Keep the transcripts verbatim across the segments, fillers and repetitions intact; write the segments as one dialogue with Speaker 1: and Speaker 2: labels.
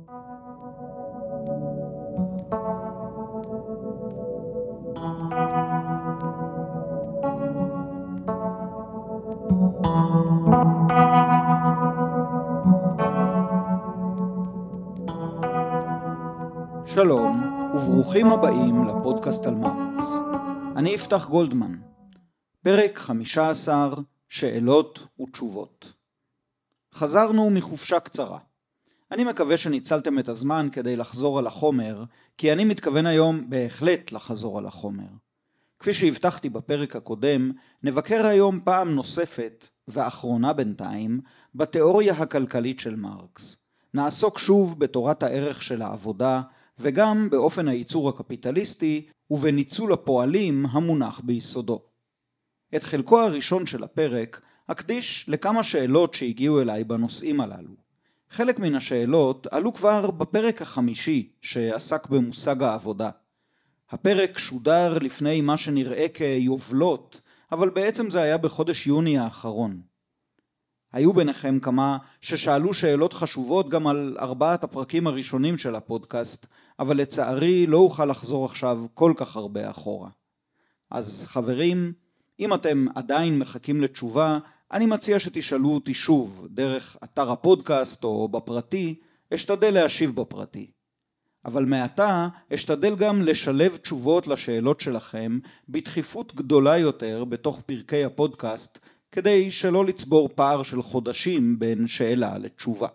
Speaker 1: שלום וברוכים הבאים לפודקאסט על מרקס. אני יפתח גולדמן. פרק חמישה עשר, שאלות ותשובות. חזרנו מחופשה קצרה. אני מקווה שניצלתם את הזמן כדי לחזור על החומר, כי אני מתכוון היום בהחלט לחזור על החומר. כפי שהבטחתי בפרק הקודם, נבקר היום פעם נוספת, ואחרונה בינתיים, בתיאוריה הכלכלית של מרקס. נעסוק שוב בתורת הערך של העבודה, וגם באופן הייצור הקפיטליסטי ובניצול הפועלים המונח ביסודו. את חלקו הראשון של הפרק אקדיש לכמה שאלות שהגיעו אליי בנושאים הללו. חלק מן השאלות עלו כבר בפרק החמישי שעסק במושג העבודה. הפרק שודר לפני מה שנראה כיובלות, אבל בעצם זה היה בחודש יוני האחרון. היו ביניכם כמה ששאלו שאלות חשובות גם על ארבעת הפרקים הראשונים של הפודקאסט, אבל לצערי לא אוכל לחזור עכשיו כל כך הרבה אחורה. אז חברים, אם אתם עדיין מחכים לתשובה, אני מציע שתשאלו אותי שוב דרך אתר הפודקאסט או בפרטי, אשתדל להשיב בפרטי. אבל מעתה אשתדל גם לשלב תשובות לשאלות שלכם בדחיפות גדולה יותר בתוך פרקי הפודקאסט, כדי שלא לצבור פער של חודשים בין שאלה לתשובה.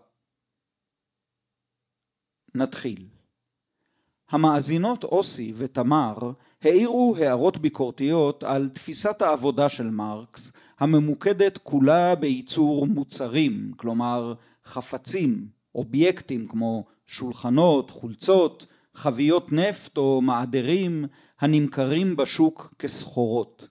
Speaker 1: נתחיל. המאזינות אוסי ותמר העירו הערות ביקורתיות על תפיסת העבודה של מרקס, הממוקדת כולה בייצור מוצרים, כלומר חפצים, אובייקטים כמו שולחנות, חולצות, חביות נפט או מעדרים הנמכרים בשוק כסחורות.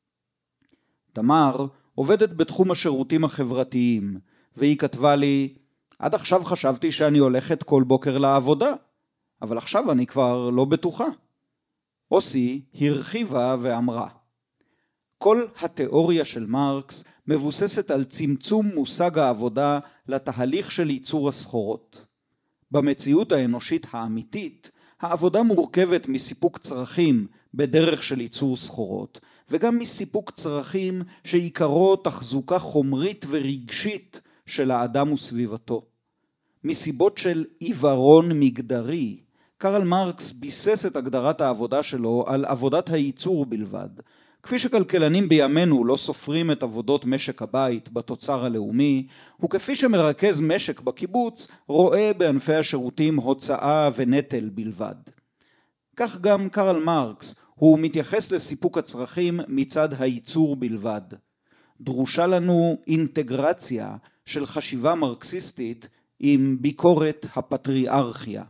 Speaker 1: תמר עובדת בתחום השירותים החברתיים, והיא כתבה לי, עד עכשיו חשבתי שאני הולכת כל בוקר לעבודה, אבל עכשיו אני כבר לא בטוחה. אוסי הרחיבה ואמרה, כל התיאוריה של מרקס מבוססת על צמצום מושג העבודה לתהליך של ייצור הסחורות. במציאות האנושית האמיתית, העבודה מורכבת מסיפוק צרכים בדרך של ייצור סחורות, וגם מסיפוק צרכים שעיקרו תחזוקה חומרית ורגשית של האדם וסביבתו. מסיבות של עיוורון מגדרי, קרל מרקס ביסס את הגדרת העבודה שלו על עבודת הייצור בלבד. כפי שכלכלנים בימינו לא סופרים את עבודות משק הבית בתוצר הלאומי, וכפי שמרכז משק בקיבוץ רואה בענפי השירותים הוצאה ונטל בלבד. כך גם קרל מרקס, הוא מתייחס לסיפוק הצרכים מצד הייצור בלבד. דרושה לנו אינטגרציה של חשיבה מרקסיסטית עם ביקורת הפטריארכיה.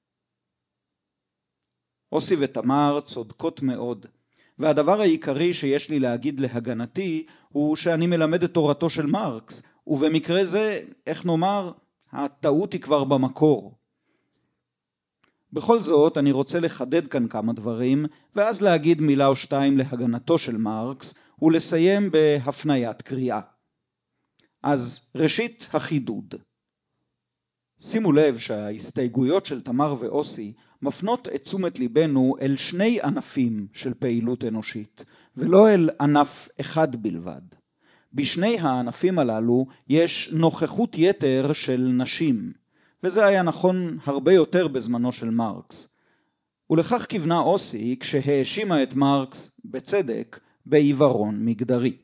Speaker 1: אוסי ותמר צודקות מאוד, והדבר העיקרי שיש לי להגיד להגנתי הוא שאני מלמד את תורתו של מרקס, ובמקרה זה, איך נאמר, הטעות היא כבר במקור. בכל זאת, אני רוצה לחדד כאן כמה דברים, ואז להגיד מילה או שתיים להגנתו של מרקס, ולסיים בהפניית קריאה. אז ראשית החידוד. שימו לב שההסתייגויות של תמר ואוסי מפנות את תשומת ליבנו אל שני ענפים של פעילות אנושית, ולא אל ענף אחד בלבד. בשני הענפים הללו יש נוכחות יתר של נשים, וזה היה נכון הרבה יותר בזמנו של מרקס. ולכך כיוונה אוסי כשהאשימה את מרקס, בצדק, בעיוורון מגדרי.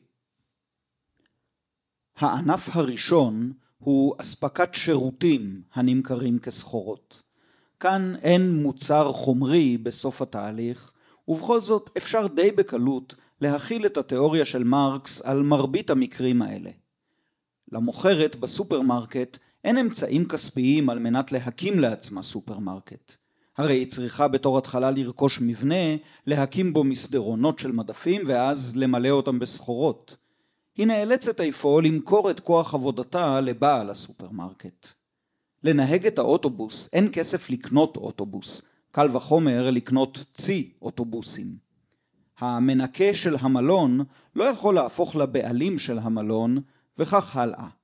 Speaker 1: הענף הראשון הוא אספקת שירותים הנמכרים כסחורות. כאן אין מוצר חומרי בסוף התהליך, ובכל זאת אפשר די בקלות להכיל את התיאוריה של מרקס על מרבית המקרים האלה. למוכרת בסופרמרקט אין אמצעים כספיים על מנת להקים לעצמה סופרמרקט. הרי היא צריכה בתור התחלה לרכוש מבנה, להקים בו מסדרונות של מדפים ואז למלא אותם בסחורות. היא נאלצת איפה למכור את כוח עבודתה לבעל הסופרמרקט. לנהג את האוטובוס אין כסף לקנות אוטובוס, קל וחומר לקנות צי אוטובוסים. המנקה של המלון לא יכול להפוך לבעלים של המלון וכך הלאה.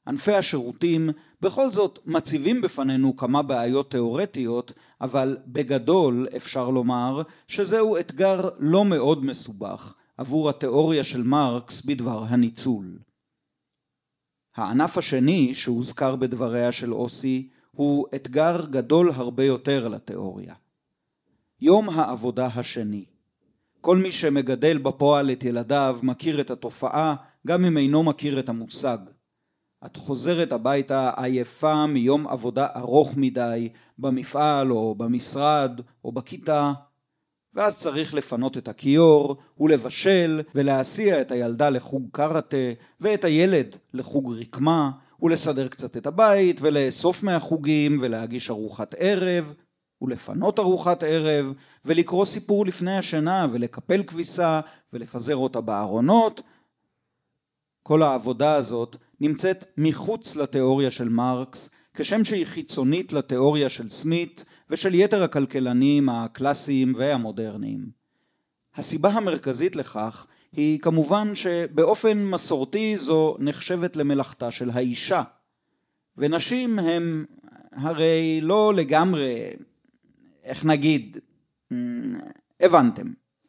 Speaker 1: ענפי השירותים בכל זאת מציבים בפנינו כמה בעיות תיאורטיות, אבל בגדול אפשר לומר שזהו אתגר לא מאוד מסובך עבור התיאוריה של מרקס בדבר הניצול. הענף השני שהוזכר בדבריה של אוסי הוא אתגר גדול הרבה יותר לתיאוריה. יום העבודה השני. כל מי שמגדל בפועל את ילדיו מכיר את התופעה, גם אם אינו מכיר את המושג. את חוזרת הביתה עייפה מיום עבודה ארוך מדי במפעל או במשרד או בכיתה, ואז צריך לפנות את הכיור ולבשל ולהסיע את הילדה לחוג קראטה ואת הילד לחוג רקמה ולסדר קצת את הבית ולאסוף מהחוגים ולהגיש ארוחת ערב ולפנות ארוחת ערב ולקרוא סיפור לפני השינה ולקפל כביסה ולפזר אותה בארונות. כל העבודה הזאת נמצאת מחוץ לתיאוריה של מרקס, כשם שהיא חיצונית לתיאוריה של סמית ושל יתר הכלכלנים הקלאסיים והמודרניים. הסיבה המרכזית לכך היא כמובן שבאופן מסורתי זו נחשבת למלאכתה של האישה, ונשים הם הרי לא לגמרי, איך נגיד, הבנתם.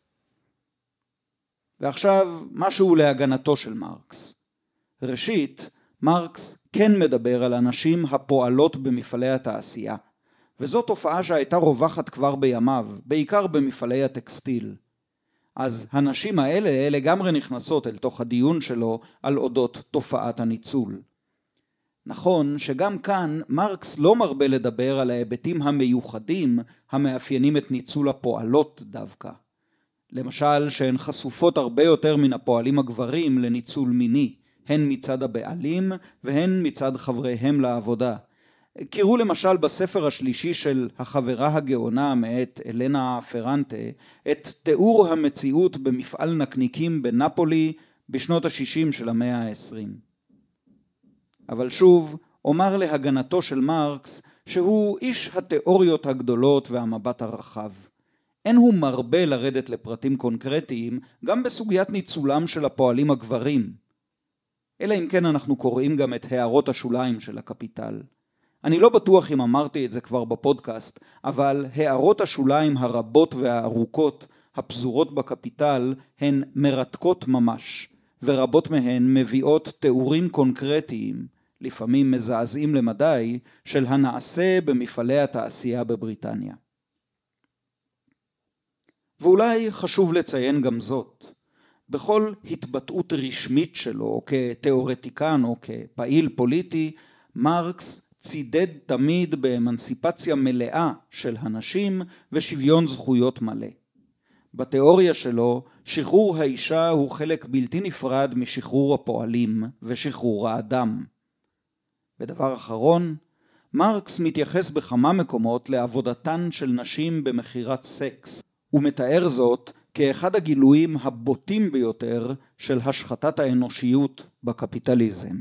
Speaker 1: ועכשיו משהו להגנתו של מרקס. ראשית, מרקס כן מדבר על הנשים הפועלות במפעלי התעשייה, וזו תופעה שהייתה רווחת כבר בימיו, בעיקר במפעלי הטקסטיל. אז הנשים האלה לגמרי נכנסות אל תוך הדיון שלו על אודות תופעת הניצול. נכון שגם כאן מרקס לא מרבה לדבר על ההיבטים המיוחדים המאפיינים את ניצול הפועלות דווקא. למשל שהן חשופות הרבה יותר מן הפועלים הגברים לניצול מיני, הן מצד הבעלים והן מצד חבריהם לעבודה. קראו למשל בספר השלישי של החברה הגאונה מאת אלנה פרנטה את תיאור המציאות במפעל נקניקים בנפולי בשנות ה-שישים של המאה ה-עשרים. אבל שוב, אומר להגנתו של מרקס שהוא איש התיאוריות הגדולות והמבט הרחב. אין הוא מרבה לרדת לפרטים קונקרטיים גם בסוגיית ניצולם של הפועלים הגברים. אלא אם כן אנחנו קוראים גם את הערות השוליים של הקפיטל. אני לא בטוח אם אמרתי את זה כבר בפודקאסט, אבל הערות השוליים הרבות והארוכות הפזורות בקפיטל הן מרתקות ממש, ורבות מהן מביאות תיאורים קונקרטיים, לפעמים מזעזעים למדי, של הנעשה במפעלי התעשייה בבריטניה. ואולי חשוב לציין גם זאת, בכל התבטאות רשמית שלו כתיאורטיקן או כפעיל פוליטי, מרקס צידד תמיד באמנסיפציה מלאה של הנשים ושוויון זכויות מלא. בתיאוריה שלו, שחרור האישה הוא חלק בלתי נפרד משחרור הפועלים ושחרור האדם. ודבר אחרון, מרקס מתייחס בכמה מקומות לעבודתן של נשים במכירת סקס, ומתאר זאת כאחד הגילויים הבוטים ביותר של השחתת האנושיות בקפיטליזם.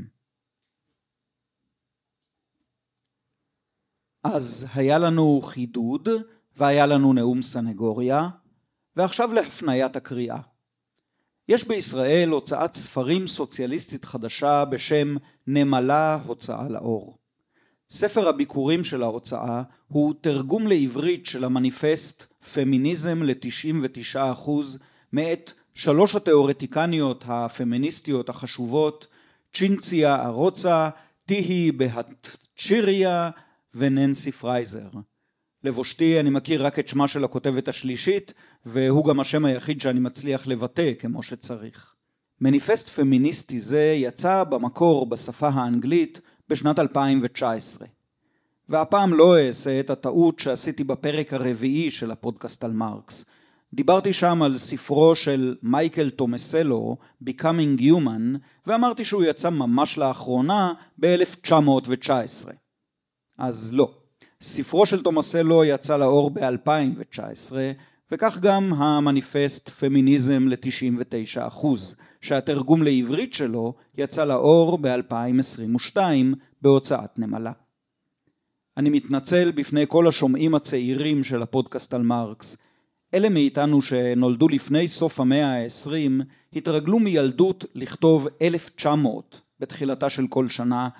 Speaker 1: אז היה לנו חידוד והיה לנו נאום סנגוריה, ועכשיו להפניית הקריאה. יש בישראל הוצאת ספרים סוציאליסטית חדשה בשם נמלה הוצאה לאור. ספר הביקורים של ההוצאה הוא תרגום לעברית של המניפסט פמיניזם ל-תשעים ותשעה אחוז מאת שלוש התיאורטיקניות הפמיניסטיות החשובות, צ'ינציה ארוצה, תיהי בהטצ'יריה וננסי פרייזר. לבושתי אני מכיר רק את שמה של הכותבת השלישית, והוא גם השם היחיד שאני מצליח לבטא כמו שצריך. מניפסט פמיניסטי זה יצא במקור בשפה האנגלית בשנת אלפיים תשע עשרה. והפעם לא אעשה את הטעות שעשיתי בפרק הרביעי של הפודקאסט על מרקס. דיברתי שם על ספרו של מייקל תומסלו, Becoming Human, ואמרתי שהוא יצא ממש לאחרונה ב-אלף תשע מאות תשע עשרה. אז לא. ספרו של תומסלו יצא לאור ב-אלפיים תשע עשרה, וכך גם המניפסט פמיניזם ל-תשעים ותשעה אחוז, שהתרגום לעברית שלו יצא לאור ב-אלפיים עשרים ושתיים בהוצאת נמלה. אני מתנצל בפני כל השומעים הצעירים של הפודקאסט על מרקס. אלה מאיתנו שנולדו לפני סוף המאה ה-עשרים התרגלו מילדות לכתוב אלף תשע מאות בתחילתה של כל שנה,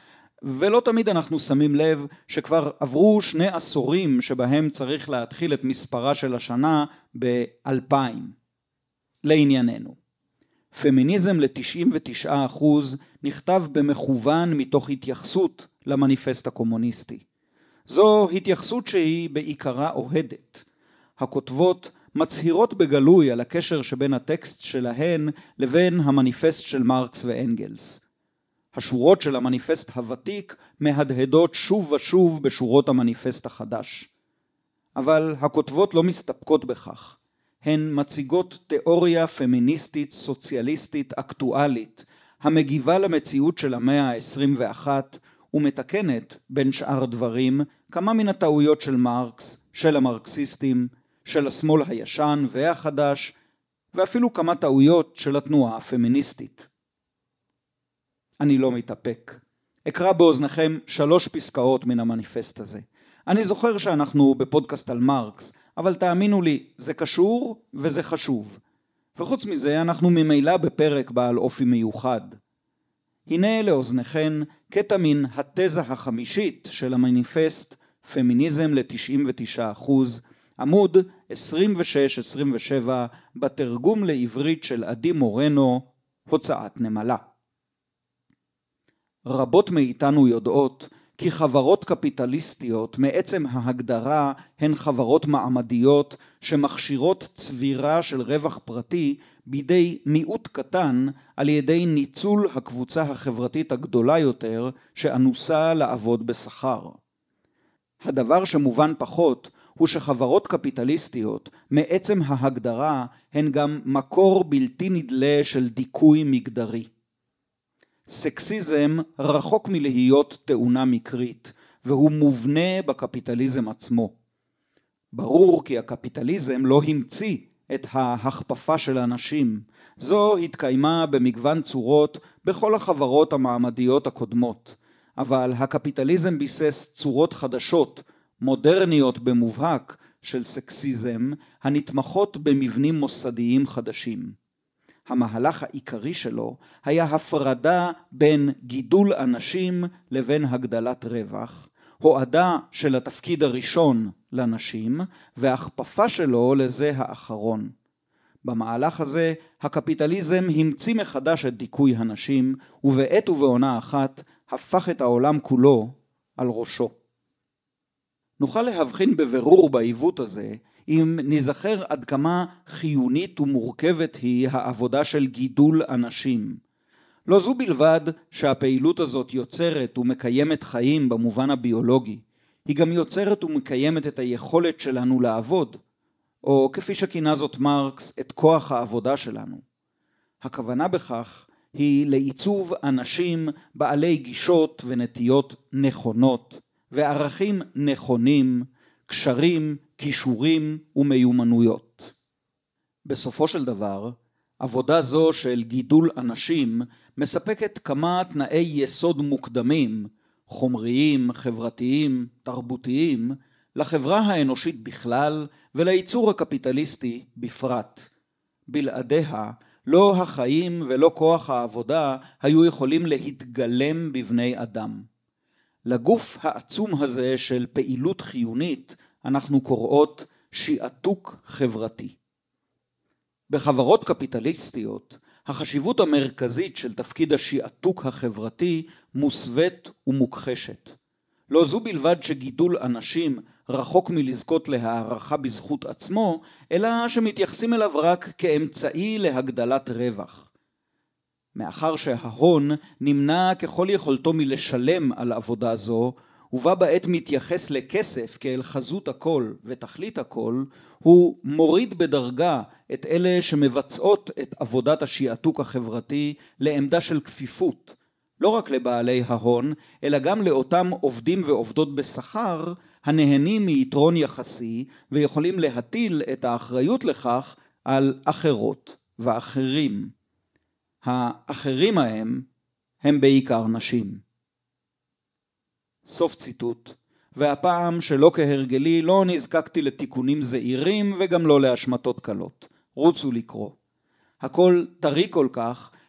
Speaker 1: ולא תמיד אנחנו שמים לב שכבר עברו שני עשורים שבהם צריך להתחיל את מספרה של השנה ב-אלפיים. לענייננו. פמיניזם ל-תשעים ותשעה אחוז נכתב במכוון מתוך התייחסות למניפסט הקומוניסטי. זו התייחסות שהיא בעיקרה אוהדת. הכותבות מצהירות בגלוי על הקשר שבין הטקסט שלהן לבין המניפסט של מרקס ואנגלס. השורות של המניפסט הוותיק מהדהדות שוב ושוב בשורות המניפסט החדש. אבל הכותבות לא מסתפקות בכך. הן מציגות תיאוריה פמיניסטית סוציאליסטית אקטואלית, המגיבה למציאות של המאה ה-עשרים ואחת, ומתקנת בין שאר דברים כמה מן הטעויות של מרקס, של המרקסיסטים, של השמאל הישן והחדש, ואפילו כמה טעויות של התנועה הפמיניסטית. אני לא מתאפק. אקרא באוזניכם שלוש פסקאות מן המניפסט הזה. אני זוכר שאנחנו בפודקאסט על מרקס, אבל תאמינו לי, זה קשור וזה חשוב. וחוץ מזה, אנחנו ממילא בפרק בעל אופי מיוחד. הנה לאוזניכן קטע מן התזה החמישית של המניפסט, פמיניזם ל-תשעים ותשעה אחוז, עמוד עשרים ושש עשרים ושבע, בתרגום לעברית של עדי מורנו, הוצאת נמלה. רבות מאיתנו יודעות כי חברות קפיטליסטיות מעצם ההגדרה הן חברות מעמדיות שמכשירות צבירה של רווח פרטי בידי מיעוט קטן על ידי ניצול הקבוצה החברתית הגדולה יותר שאנוסה לעבוד בשכר. הדבר שמובן פחות הוא שחברות קפיטליסטיות מעצם ההגדרה הן גם מקור בלתי נדלה של דיכוי מגדרי. סקסיזם רחוק מלהיות תאונה מקרית, והוא מובנה בקפיטליזם עצמו. ברור כי הקפיטליזם לא המציא את ההכפפה של אנשים. זו התקיימה במגוון צורות בכל החברות המעמדיות הקודמות. אבל הקפיטליזם ביסס צורות חדשות, מודרניות במובהק של סקסיזם, הנתמכות במבנים מוסדיים חדשים. המהלך העיקרי שלו היה הפרדה בין גידול אנשים לבין הגדלת רווח, הועדה של התפקיד הראשון לנשים והכפפה שלו לזה האחרון. במהלך הזה הקפיטליזם המציא מחדש את דיכוי הנשים, ובעת ובעונה אחת הפך את העולם כולו על ראשו. נוכל להבחין בבירור בעיוות הזה אם נזכר עד כמה חיונית ומורכבת היא העבודה של גידול אנשים. לא זו בלבד שהפעילות הזאת יוצרת ומקיימת חיים במובן הביולוגי, היא גם יוצרת ומקיימת את היכולת שלנו לעבוד, או כפי שכינה זאת מרקס, את כוח העבודה שלנו. הכוונה בכך היא לעיצוב אנשים בעלי גישות ונטיות נכונות, וערכים נכונים, קשרים, כישורים ומיומנויות. בסופו של דבר, עבודה זו של גידול אנשים מספקת כמה תנאי יסוד מוקדמים, חומריים, חברתיים, תרבותיים, לחברה האנושית בכלל ולייצור הקפיטליסטי בפרט. בלעדיה, לא החיים ולא כוח העבודה היו יכולים להתגלם בבני אדם. לגוף העצום הזה של פעילות חיונית אנחנו קוראות שיעתוק חברתי. בחברות קפיטליסטיות, החשיבות המרכזית של תפקיד השיעתוק החברתי מוסווית ומוכחשת. לא זו בלבד שגידול אנשים רחוק מלזכות להערכה בזכות עצמו, אלא שמתייחסים אליו רק כאמצעי להגדלת רווח. מאחר שההון נמנע ככל יכולתו מלשלם על עבודה זו, ובה בעת מתייחס לכסף כאל חזות הכל ותכלית הכל, הוא מוריד בדרגה את אלה שמבצעות את עבודת השיעתוק החברתי לעמדה של כפיפות, לא רק לבעלי ההון, אלא גם לאותם עובדים ועובדות בשכר, הנהנים מיתרון יחסי ויכולים להטיל את האחריות לכך על אחרות ואחרים. האחרים ההם הם בעיקר נשים. סוף ציטוט. והפעם שלא כהרגלי לא נזקקתי לתיקונים זעירים וגם לא להשמטות קלות. רוצו לקרוא. הכל טרי כל כך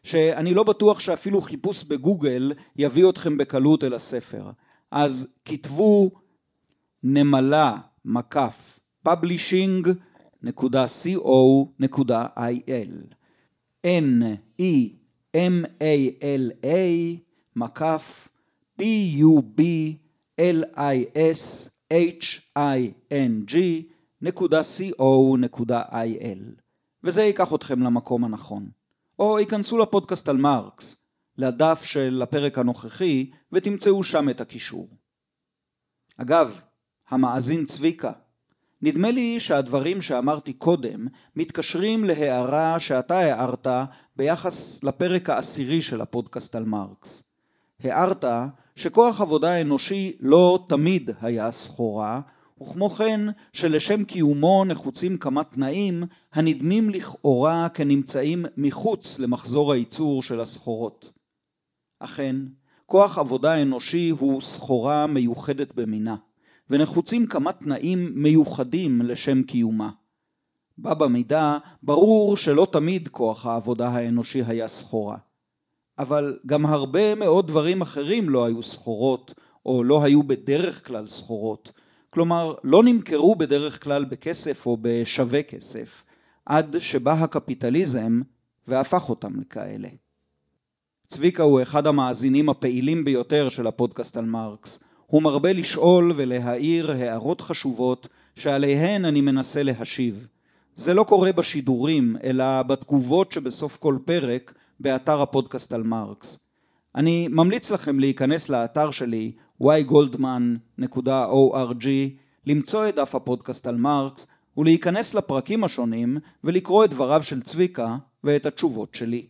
Speaker 1: שאני לא בטוח שאפילו חיפוש בגוגל יביא אתכם בקלות אל הספר. אז כתבו נמלה מקף publishing נקודה co נקודה il n e m a l a מקף p u b l i s h i n g נקודה co נקודה il, וזה ייקח אתכם למקום הנכון. או ייכנסו לפודקאסט על מרקס, לדף של הפרק הנוכחי, ותמצאו שם את הקישור. אגב, המאזין צביקה, נדמה לי שהדברים שאמרתי קודם מתקשרים להערה שאתה הערת ביחס לפרק העשירי של הפודקאסט על מרקס. הערת שכוח עבודה אנושי לא תמיד היה סחורה, וכמו כן שלשם קיומו נחוצים כמה תנאים הנדמים לכאורה כנמצאים מחוץ למחזור הייצור של הסחורות. אכן, כוח עבודה אנושי הוא סחורה מיוחדת במינה, ונחוצים כמה תנאים מיוחדים לשם קיומה. בה במידה ברור שלא תמיד כוח העבודה האנושי היה סחורה. אבל גם הרבה מאוד דברים אחרים לא היו סחורות, או לא היו בדרך כלל סחורות. כלומר, לא נמכרו בדרך כלל בכסף או בשווה כסף, עד שבא הקפיטליזם והפך אותם לכאלה. צביקה הוא אחד המאזינים הפעילים ביותר של הפודקאסט על מרקס. הוא מרבה לשאול ולהעיר הערות חשובות שעליהן אני מנסה להשיב. זה לא קורה בשידורים, אלא בתגובות שבסוף כל פרק באתר הפודקאסט על מרקס. אני ממליץ לכם להיכנס לאתר שלי וואי גולדמן נקודה או אר ג'י, למצוא את דף הפודקאסט על מרקס ולהיכנס לפרקים השונים ולקרוא את דבריו של צביקה ואת התשובות שלי.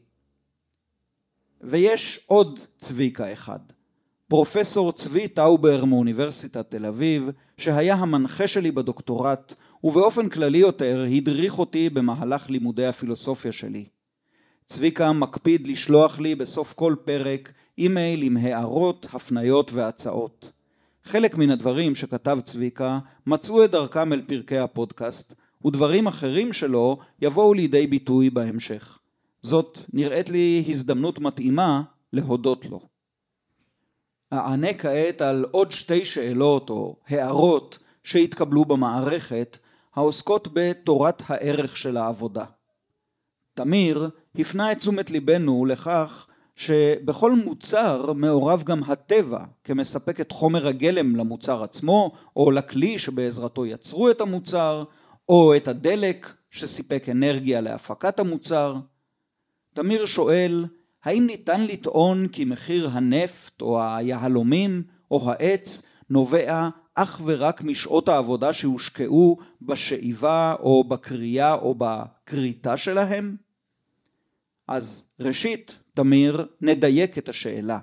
Speaker 1: ויש עוד צביקה אחד, פרופסור צבי טאובר מאוניברסיטת תל אביב, שהיה המנחה שלי בדוקטורט ובאופן כללי יותר הדריך אותי במהלך לימודי הפילוסופיה שלי. צביקה מקפיד לשלוח לי בסוף כל פרק אימייל עם הערות, הפניות והצעות. חלק מן הדברים שכתב צביקה מצאו את דרכם אל פרקי הפודקאסט, ודברים אחרים שלו יבואו לידי ביטוי בהמשך. זאת נראית לי הזדמנות מתאימה להודות לו. אענה כעת על עוד שתי שאלות או הערות שהתקבלו במערכת העוסקות בתורת הערך של העבודה. תמיר הפנה את תשומת ליבנו לכך שבכל מוצר מעורב גם הטבע כמספק את חומר הגלם למוצר עצמו, או לכלי שבעזרתו יצרו את המוצר, או את הדלק שסיפק אנרגיה להפקת המוצר. תמיר שואל, האם ניתן לטעון כי מחיר הנפט או היהלומים או העץ נובע אך ורק משעות העבודה שהושקעו בשאיבה או בקריאה או בקריטה שלהם? אז ראשית, תמיר, נדייק את השאלה.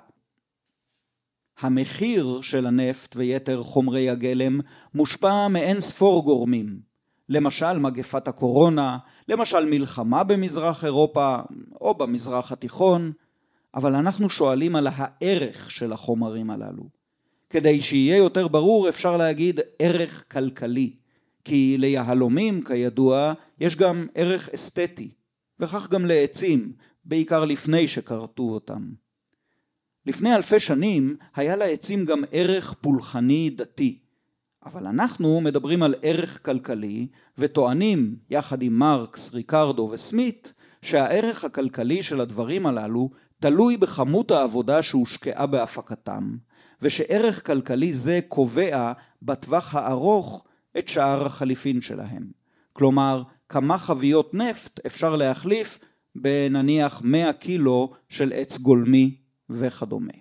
Speaker 1: המחיר של הנפט ויתר חומרי הגלם מושפע מאין ספור גורמים. למשל מגפת הקורונה, למשל מלחמה במזרח אירופה או במזרח התיכון, אבל אנחנו שואלים על הערך של החומרים הללו. כדי שיהיה יותר ברור אפשר להגיד ערך כלכלי, כי ליהלומים כידוע יש גם ערך אסתטי, וכך גם לעצים, בעיקר לפני שכרתו אותם. לפני אלפי שנים היה לעצים גם ערך פולחני דתי, אבל אנחנו מדברים על ערך כלכלי וטוענים יחד עם מרקס, ריקרדו וסמית שהערך הכלכלי של הדברים הללו תלוי בכמות העבודה שהושקעה בהפקתם, ושערך כלכלי זה קובע בטווח הארוך את שער החליפין שלהם. כלומר, כמה חביות נפט אפשר להחליף בנניח מאה קילו של עץ גולמי וכדומה.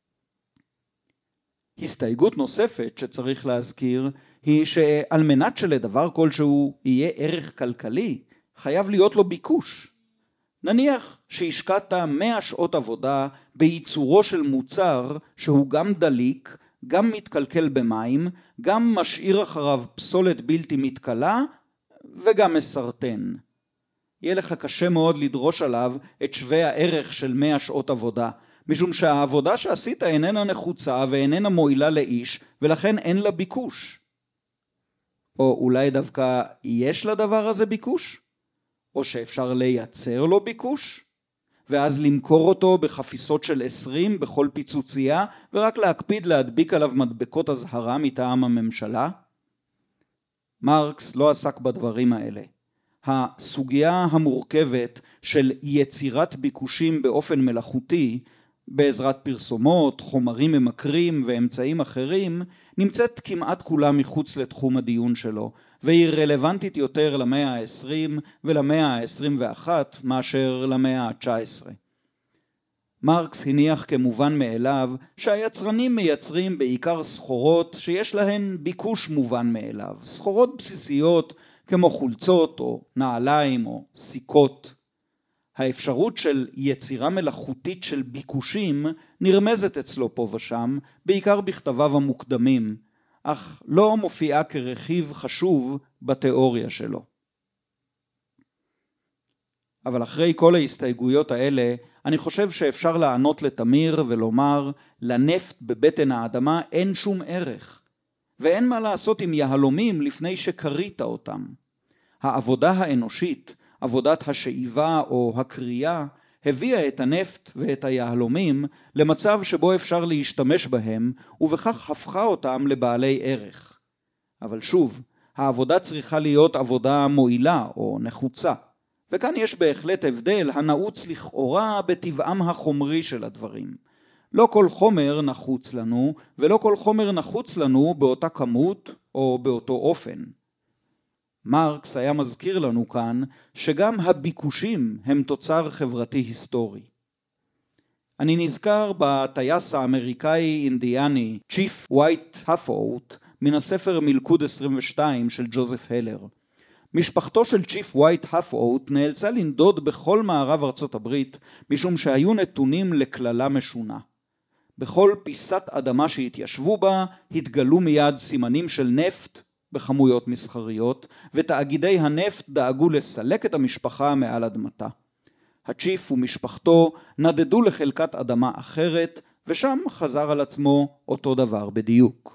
Speaker 1: הסתייגות נוספת שצריך להזכיר היא שעל מנת שלדבר כלשהו יהיה ערך כלכלי, חייב להיות לו ביקוש. נניח שהשקעת מאה שעות עבודה בייצורו של מוצר שהוא גם דליק, גם מתקלקל במים, גם משאיר אחריו פסולת בלתי מתכלה וגם מסרטן. יהיה לך קשה מאוד לדרוש עליו את שווה הערך של מאה שעות עבודה, משום שהעבודה שעשית איננה נחוצה ואיננה מועילה לאיש, ולכן אין לה ביקוש. או אולי דווקא יש לדבר הזה ביקוש? או שאפשר לייצר לו ביקוש? ואז למכור אותו בחפיסות של עשרים בכל פיצוצייה, ורק להקפיד להדביק עליו מדבקות הזהרה מטעם הממשלה? מרקס לא עסק בדברים האלה. הסוגיה המורכבת של יצירת ביקושים באופן מלאכותי, בעזרת פרסומות, חומרים ממכרים ואמצעים אחרים, נמצאת כמעט כולה מחוץ לתחום הדיון שלו, והיא רלוונטית יותר למאה ה-עשרים ולמאה ה-עשרים ואחת מאשר למאה ה-תשע עשרה. מרקס הניח כמובן מאליו שהיצרנים מייצרים בעיקר סחורות שיש להן ביקוש מובן מאליו, סחורות בסיסיות כמו חולצות או נעליים או סיכות. האפשרות של יצירה מלאכותית של ביקושים נרמזת אצלו פה ושם, בעיקר בכתביו המוקדמים, אך לא מופיעה כרכיב חשוב בתיאוריה שלו. אבל אחרי כל ההסתייגויות האלה, אני חושב שאפשר לענות לתמיר ולומר, לנפט בבטן האדמה אין שום ערך, ואין מה לעשות עם יהלומים לפני שקרית אותם. העבודה האנושית, עבודת השאיבה או הקריאה, הביאה את הנפט ואת היהלומים למצב שבו אפשר להשתמש בהם, ובכך הפכה אותם לבעלי ערך. אבל שוב, העבודה צריכה להיות עבודה מועילה או נחוצה, וכאן יש בהחלט הבדל הנעוץ לכאורה בטבעם החומרי של הדברים. לא כל חומר נחוץ לנו, ולא כל חומר נחוץ לנו באותה כמות או באותו אופן. מרקס היה מזכיר לנו כאן שגם הביקושים הם תוצר חברתי היסטורי. אני נזכר בטייס האמריקאי אינדיאני צ'יף ווייט הפאוט מן הספר מלכוד עשרים ושתיים של ג'וזף הלר. משפחתו של צ'יף ווייט הפאוט נאלצה לנדוד בכל מערב ארצות הברית משום שהיו נתונים לכללה משונה. בכל פיסת אדמה שהתיישבו בה התגלו מיד סימנים של נפט בכמויות מסחריות, ותאגידי הנפט דאגו לסלק את המשפחה מעל אדמתה. הצ'יף ומשפחתו נדדו לחלקת אדמה אחרת, ושם חזר על עצמו אותו דבר בדיוק.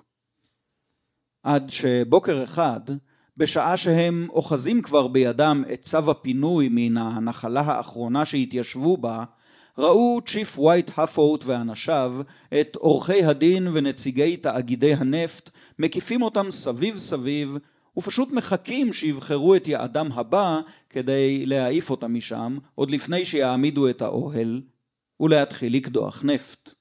Speaker 1: עד שבוקר אחד, בשעה שהם אוחזים כבר בידם את צו הפינוי מן הנחלה האחרונה שהתיישבו בה, ראו צ'יף ווייט הפאוט ואנשיו את עורכי הדין ונציגי תאגידי הנפט מקיפים אותם סביב סביב ופשוט מחכים שיבחרו את יעדם הבא כדי להעיף אותם משם עוד לפני שיעמידו את האוהל ולהתחיל לקדוח נפט.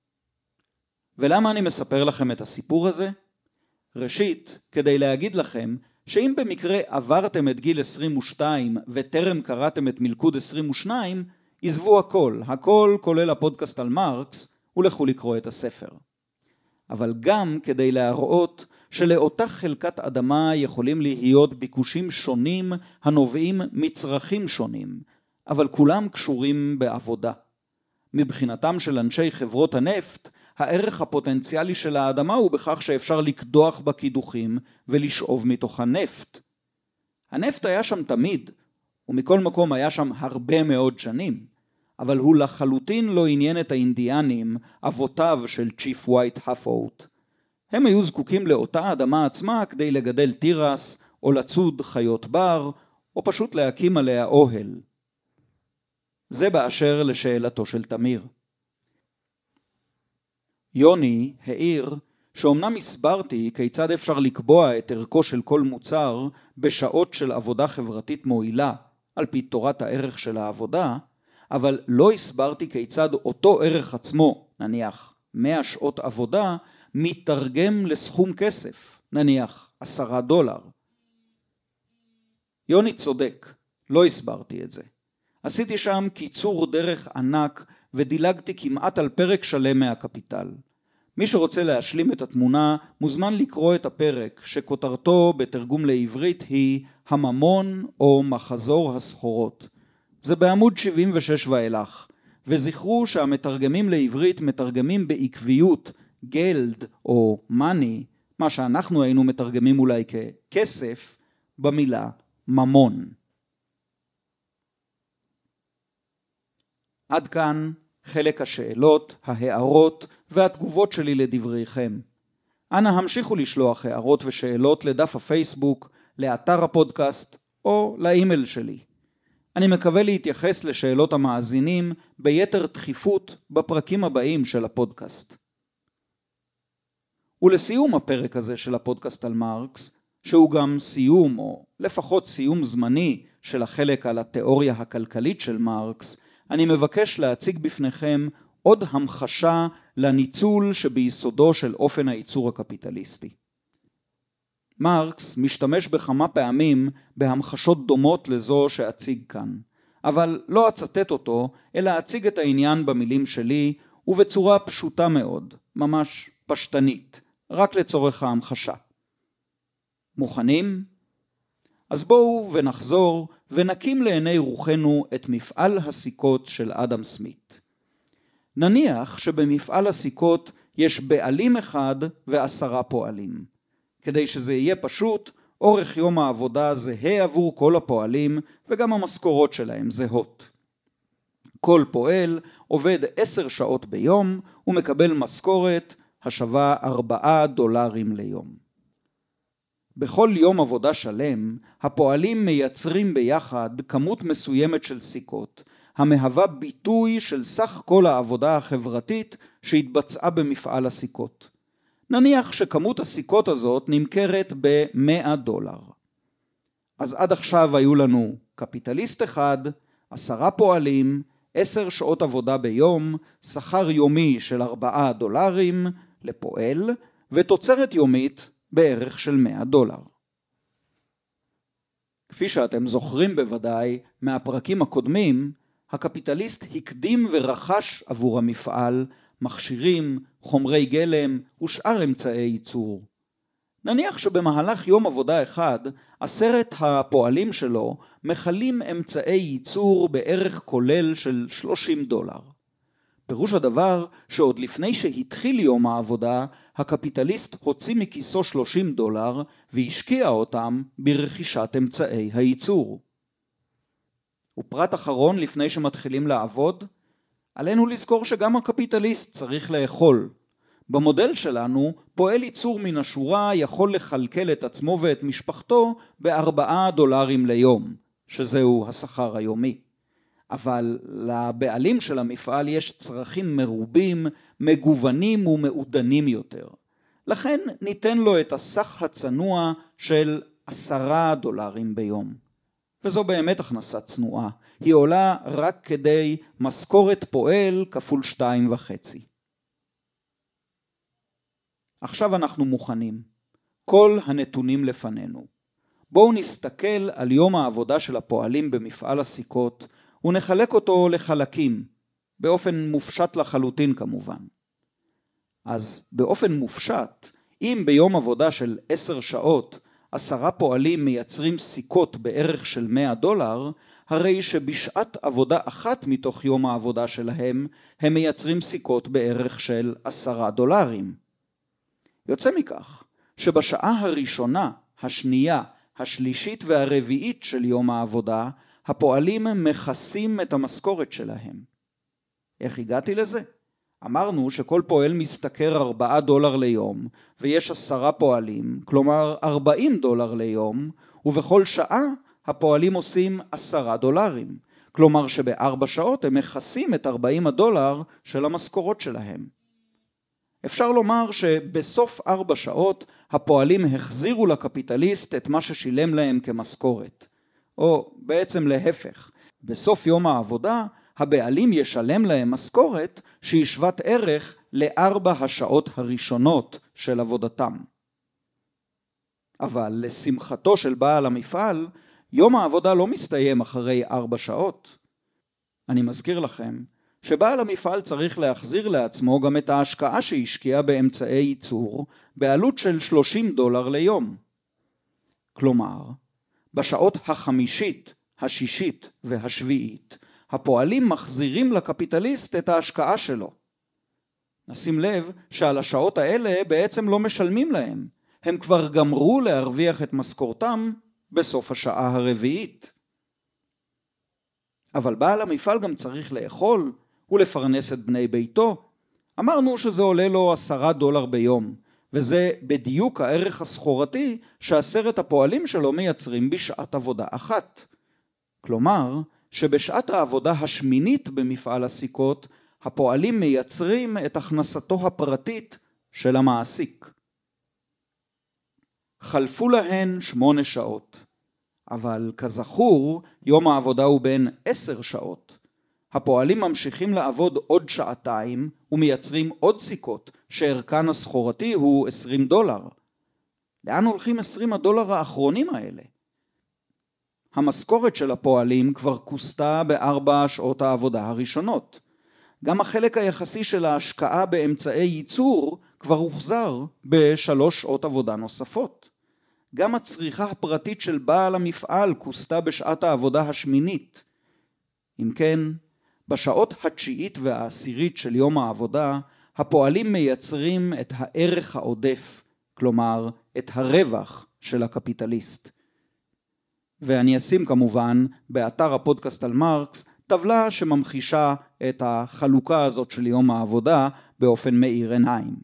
Speaker 1: ולמה אני מספר לכם את הסיפור הזה? ראשית, כדי להגיד לכם שאם במקרה עברתם את גיל עשרים ושתיים וטרם קראתם את מלכוד עשרים ושתיים, עזבו הכל, הכל כולל הפודקאסט על מרקס, ולכו לקרוא את הספר. אבל גם כדי להראות שלאותה חלקת אדמה יכולים להיות ביקושים שונים הנובעים מצרכים שונים, אבל כולם קשורים בעבודה. מבחינתם של אנשי חברות הנפט, הערך הפוטנציאלי של האדמה הוא בכך שאפשר לקדוח בקידוחים ולשאוב מתוך הנפט. הנפט היה שם תמיד, ומכל מקום היה שם הרבה מאוד שנים. אבל הוא לחלוטין לא עניין את האינדיאנים, אבותיו של צ'יף ווייט הפאוט. הם היו זקוקים לאותה אדמה עצמה כדי לגדל תירס, או לצוד חיות בר, או פשוט להקים עליה אוהל. זה באשר לשאלתו של תמיר. יוני העיר שאומנם הסברתי כיצד אפשר לקבוע את ערכו של כל מוצר בשעות של עבודה חברתית מועילה, על פי תורת הערך של העבודה, אבל לא הסברתי כיצד אותו ערך עצמו, נניח מאה שעות עבודה, מתרגם לסכום כסף, נניח עשרה דולר. יוני צודק, לא הסברתי את זה. עשיתי שם קיצור דרך ענק ודילגתי כמעט על פרק שלם מהקפיטל. מי שרוצה להשלים את התמונה מוזמן לקרוא את הפרק שכותרתו בתרגום לעברית היא הממון או מחזור הסחורות. זה בעמוד שבעים ושש ואילך, וזכרו שהמתרגמים לעברית מתרגמים בעקביות גלד או מאני, מה שאנחנו היינו מתרגמים אולי ככסף, במילה ממון. עד כאן חלק השאלות, ההערות והתגובות שלי לדבריכם. אנא המשיכו לשלוח הערות ושאלות לדף הפייסבוק, לאתר הפודקאסט או לאימייל שלי. אני מקווה להתייחס לשאלות המאזינים ביתר דחיפות בפרקים הבאים של הפודקאסט. ולסיום הפרק הזה של הפודקאסט על מרקס, שהוא גם סיום או לפחות סיום זמני של החלק על התיאוריה הכלכלית של מרקס, אני מבקש להציג בפניכם עוד המחשה לניצול שביסודו של אופן הייצור הקפיטליסטי. מרקס משתמש בכמה פעמים בהמחשות דומות לזו שאציג כאן, אבל לא אצטט אותו, אלא אציג את העניין במילים שלי ובצורה פשוטה מאוד, ממש פשטנית, רק לצורך ההמחשה. מוכנים? אז בואו ונחזור ונקים לעיני רוחנו את מפעל הסיכות של אדם סמית. נניח שבמפעל הסיכות יש בעלים אחד ועשרה פועלים. כדי שזה יהיה פשוט, אורך יום העבודה זהה עבור כל הפועלים וגם המשכורות שלהם זהות. כל פועל עובד עשר שעות ביום ומקבל משכורת השווה ארבעה דולרים ליום. בכל יום עבודה שלם, הפועלים מייצרים ביחד כמות מסוימת של סיכות, המהווה ביטוי של סך כל העבודה החברתית שהתבצעה במפעל הסיכות. נניח שכמות הסיכות הזאת נמכרת ב-מאה דולר. אז עד עכשיו היו לנו קפיטליסט אחד, עשרה פועלים, עשר שעות עבודה ביום, שכר יומי של ארבעה דולרים לפועל, ותוצרת יומית בערך של מאה דולר. כפי שאתם זוכרים בוודאי מהפרקים הקודמים, הקפיטליסט הקדים ורכש עבור המפעל מכשירים, חומרי גלם ושאר אמצעי ייצור. נניח שבמהלך יום עבודה אחד, עשרת הפועלים שלו מכלים אמצעי ייצור בערך כולל של שלושים דולר. פירוש הדבר שעוד לפני שהתחיל יום העבודה, הקפיטליסט הוציא מכיסו שלושים דולר והשקיע אותם ברכישת אמצעי הייצור. ופרט אחרון לפני שמתחילים לעבוד, עלינו לזכור שגם הקפיטליסט צריך לאכול. במודל שלנו, פועל ייצור מן השורה יכול לכלכל את עצמו ואת משפחתו בארבעה דולרים ליום, שזהו השכר היומי. אבל לבעלים של המפעל יש צרכים מרובים, מגוונים ומעודנים יותר. לכן ניתן לו את הסך הצנוע של עשרה דולרים ביום. וזו באמת הכנסה צנועה. היא עולה רק כדי משכורת פועל כפול שתיים וחצי. עכשיו אנחנו מוכנים. כל הנתונים לפנינו. בואו נסתכל על יום העבודה של הפועלים במפעל הסיכות, ונחלק אותו לחלקים, באופן מופשט לחלוטין כמובן. אז באופן מופשט, אם ביום עבודה של עשר שעות, עשרה פועלים מייצרים סיכות בערך של מאה דולר, הרי שבשעת עבודה אחת מתוך יום העבודה שלהם, הם מייצרים סיכות בערך של עשרה דולרים. יוצא מכך, שבשעה הראשונה, השנייה, השלישית והרביעית של יום העבודה, הפועלים מכסים את המשכורת שלהם. איך הגעתי לזה? אמרנו שכל פועל משתכר ארבעה דולר ליום, ויש עשרה פועלים, כלומר ארבעים דולר ליום, ובכל שעה הפועלים עושים עשרה דולרים, כלומר שבארבע שעות הם מכסים את ארבעים הדולר של המשכורות שלהם. אפשר לומר שבסוף ארבע שעות הפועלים החזירו לקפיטליסט את מה ששילם להם כמשכורת. או בעצם להפך, בסוף יום העבודה הבעלים ישלם להם משכורת שהיא שוות ערך לארבע השעות הראשונות של עבודתם. אבל לשמחתו של בעל המפעל, יום העבודה לא מסתיים אחרי ארבע שעות. אני מזכיר לכם שבעל המפעל צריך להחזיר לעצמו גם את ההשקעה שהשקיע באמצעי ייצור בעלות של שלושים דולר ליום. כלומר, בשעות החמישית, השישית והשביעית, הפועלים מחזירים לקפיטליסט את ההשקעה שלו. נשים לב שעל השעות האלה בעצם לא משלמים להם. הם כבר גמרו להרוויח את משכורתם בסוף השעה הרביעית. אבל בעל המפעל גם צריך לאכול ולפרנס את בני ביתו. אמרנו שזה עולה לו עשרה דולר ביום, וזה בדיוק הערך הסחורתי שעשרת הפועלים שלו מייצרים בשעת עבודה אחת. כלומר, שבשעת העבודה השמינית במפעל הסיכות, הפועלים מייצרים את הכנסתו הפרטית של המעסיק. חלפו להן שמונה שעות, אבל כזכור, יום העבודה הוא בין עשר שעות. הפועלים ממשיכים לעבוד עוד שעתיים ומייצרים עוד סיכות, שערכן הסחורתי הוא עשרים דולר. לאן הולכים עשרים הדולר האחרונים האלה? המשכורת של הפועלים כבר כוסתה בארבע שעות העבודה הראשונות. גם החלק היחסי של ההשקעה באמצעי ייצור כבר הוחזר בשלוש שעות עבודה נוספות. גם הצריכה הפרטית של בעל המפעל כוסתה בשעת העבודה השמינית. אם כן, בשעות התשיעית והעשירית של יום העבודה, הפועלים מייצרים את הערך העודף, כלומר את הרווח של הקפיטליסט. ואני אשים כמובן באתר הפודקאסט על מרקס טבלה שממחישה את החלוקה הזאת של יום העבודה באופן מאיר עיניים.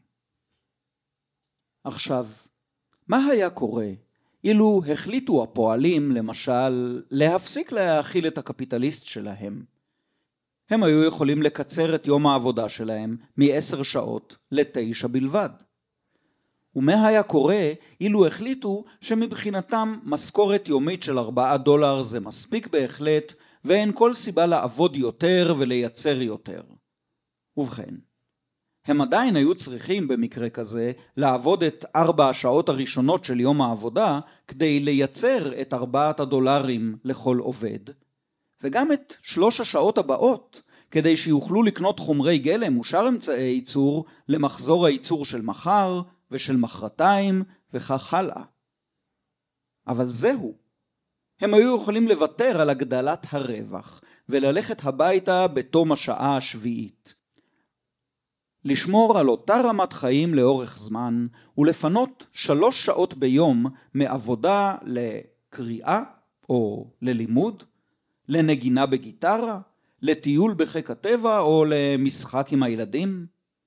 Speaker 1: עכשיו, מה היה קורה אילו החליטו הפועלים למשל להפסיק להאכיל את הקפיטליסט שלהם? הם היו יכולים לקצר את יום העבודה שלהם מעשר שעות לתשע בלבד. ומה היה קורה אילו החליטו שמבחינתם משכורת יומית של ארבעה דולר זה מספיק בהחלט, ואין כל סיבה לעבוד יותר ולייצר יותר? ובכן, הם עדיין היו צריכים במקרה כזה לעבוד את ארבע השעות הראשונות של יום העבודה כדי לייצר את ארבעת הדולרים לכל עובד, וגם את שלוש השעות הבאות כדי שיוכלו לקנות חומרי גלם ושאר אמצעי ייצור למחזור הייצור של מחר ושל מחרתיים וכך הלאה. אבל זהו, הם היו יכולים לוותר על הגדלת הרווח וללכת הביתה בתום השעה השביעית. לשמור על אותה רמת חיים לאורך זמן ולפנות שלוש שעות ביום מעבודה לקריאה או ללימוד, לנגינה בגיטרה, לטיול בחיק הטבע או למשחק עם הילדים.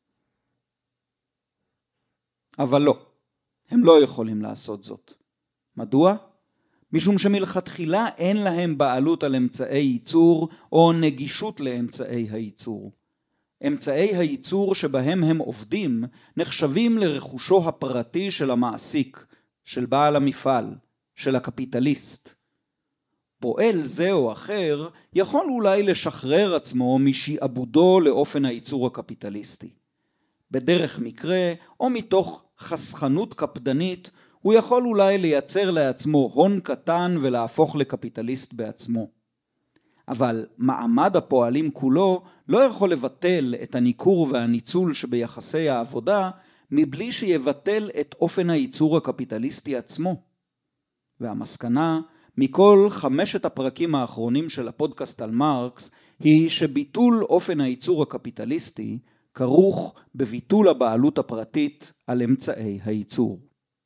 Speaker 1: אבל לא, הם לא יכולים לעשות זאת. מדוע? משום שמלכתחילה אין להם בעלות על אמצעי ייצור או נגישות לאמצעי הייצור. אמצעי הייצור שבהם הם עובדים נחשבים לרכושו הפרטי של המעסיק, של בעל המפעל, של הקפיטליסט. פועל זה או אחר יכול אולי לשחרר עצמו משעבודו לאופן הייצור הקפיטליסטי. בדרך מקרה או מתוך חסכנות קפדנית הוא יכול אולי לייצר לעצמו הון קטן ולהפוך לקפיטליסט בעצמו. אבל מעמד הפועלים כולו לא יכול לבטל את הניכור והניצול שביחסי העבודה מבלי שיבטל את אופן הייצור הקפיטליסטי עצמו. והמסקנה מכל חמשת הפרקים האחרונים של הפודקאסט על מרקס היא שביטול אופן הייצור הקפיטליסטי כרוך בביטול הבעלות הפרטית על אמצעי הייצור.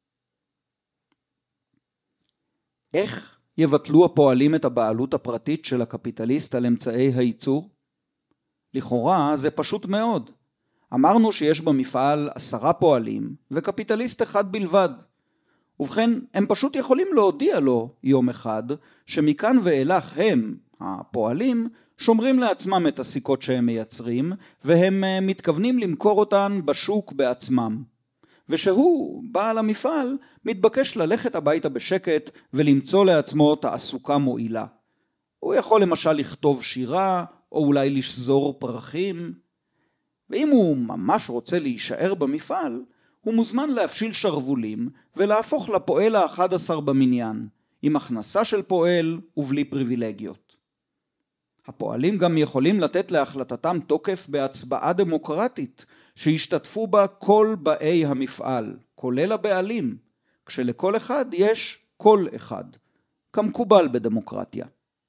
Speaker 1: איך יבטלו הפועלים את הבעלות הפרטית של הקפיטליסט על אמצעי הייצור? לכאורה זה פשוט מאוד. אמרנו שיש במפעל עשרה פועלים וקפיטליסט אחד בלבד. ובכן, הם פשוט יכולים להודיע לו יום אחד שמכאן ואילך הם, הפועלים, שומרים לעצמם את הסיכות שהם מייצרים, והם מתכוונים למכור אותן בשוק בעצמם. ושהוא, בעל המפעל, מתבקש ללכת הביתה בשקט ולמצוא לעצמו תעסוקה מועילה. הוא יכול למשל לכתוב שירה, או אולי לשזור פרחים. ואם הוא ממש רוצה להישאר במפעל, הוא מוזמן להפשיל שרבולים ולהפוך לפועל האחד עשר במניין, עם הכנסה של פועל ובלי פריבילגיות. הפועלים גם יכולים לתת להחלטתם תוקף בהצבעה דמוקרטית, שהשתתפו בה כל באי המפעל, כולל הבעלים, כשלכל אחד יש קול אחד, כמקובל בדמוקרטיה.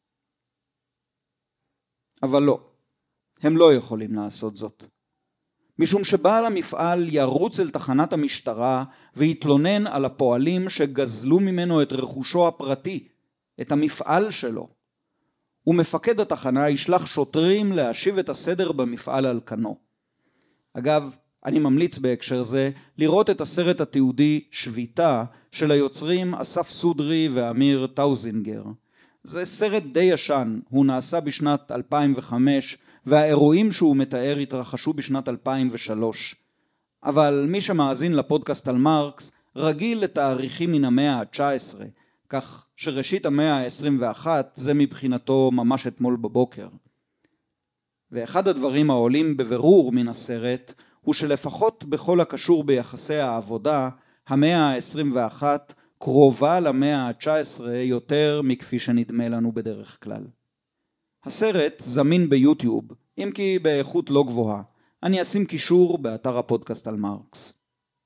Speaker 1: אבל לא, הם לא יכולים לעשות זאת. משום שבעל המפעל ירוץ אל תחנת המשטרה ויתלונן על הפועלים שגזלו ממנו את רכושו הפרטי, את המפעל שלו. ומפקד התחנה ישלח שוטרים להשיב את הסדר במפעל על כנו. אגב, אני ממליץ בהקשר זה לראות את הסרט התיעודי שביתה של היוצרים אסף סודרי ואמיר טאוזינגר. זה סרט די ישן, הוא נעשה בשנת אלפיים וחמש, והאירועים שהוא מתאר התרחשו בשנת אלפיים ושלוש. אבל מי שמאזין לפודקאסט על מרקס רגיל לתאריכים מן המאה ה-תשע עשרה, כך שראשית המאה ה-עשרים ואחת זה מבחינתו ממש אתמול בבוקר. ואחד הדברים העולים בבירור מן הסרט הוא שלפחות בכל הקשור ביחסי העבודה, המאה ה-עשרים ואחת קרובה למאה ה-תשע עשרה יותר מכפי שנדמה לנו בדרך כלל. הסרט זמין ביוטיוב, אם כי באיכות לא גבוהה. אני אשים קישור באתר הפודקאסט על מרקס.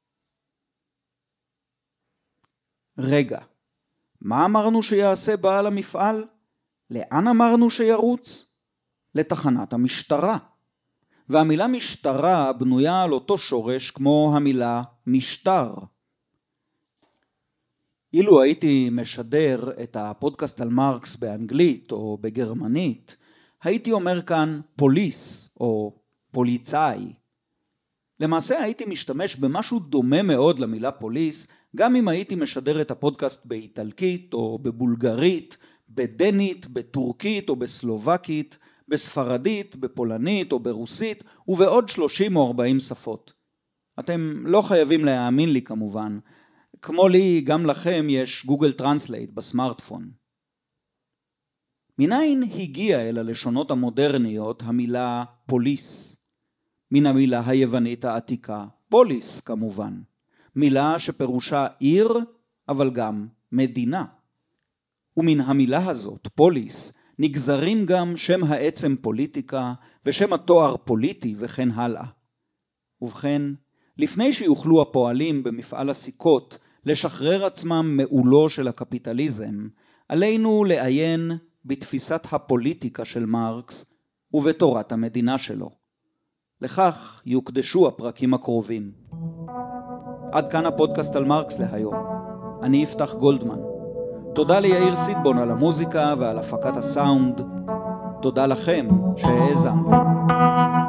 Speaker 1: רגע, מה אמרנו שיעשה בעל המפעל? לאן אמרנו שירוץ? לתחנת המשטרה. והמילה משטרה בנויה על אותו שורש כמו המילה משטר. אילו הייתי משדר את הפודקאסט על מרקס באנגלית או בגרמנית, הייתי אומר כאן פוליס או פוליצאי. למעשה הייתי משתמש במשהו דומה מאוד למילה פוליס, גם אם הייתי משדר את הפודקאסט באיטלקית או בבולגרית, בדנית, בטורקית או בסלובקית, בספרדית, בפולנית או ברוסית ובעוד שלושים או ארבעים שפות. אתם לא חייבים להאמין לי כמובן. כמו לי, גם לכם יש גוגל טרנסלייט בסמארטפון. מניין הגיעה אל הלשונות המודרניות המילה פוליס? מן המילה היוונית העתיקה, פוליס כמובן. מילה שפירושה עיר, אבל גם מדינה. ומן המילה הזאת, פוליס, נגזרים גם שם העצם פוליטיקה ושם התואר פוליטי וכן הלאה. ובכן, לפני שיוכלו הפועלים במפעל הסיכות לשחרר עצמם מעולו של הקפיטליזם, עלינו לעיין בתפיסת הפוליטיקה של מרקס ובתורת המדינה שלו. לכך יוקדשו הפרקים הקרובים. עד כאן הפודקאסט על מרקס להיום. אני יפתח גולדמן. תודה ליאיר סיטבון על המוזיקה ועל הפקת הסאונד. תודה לכם שהאזנתם.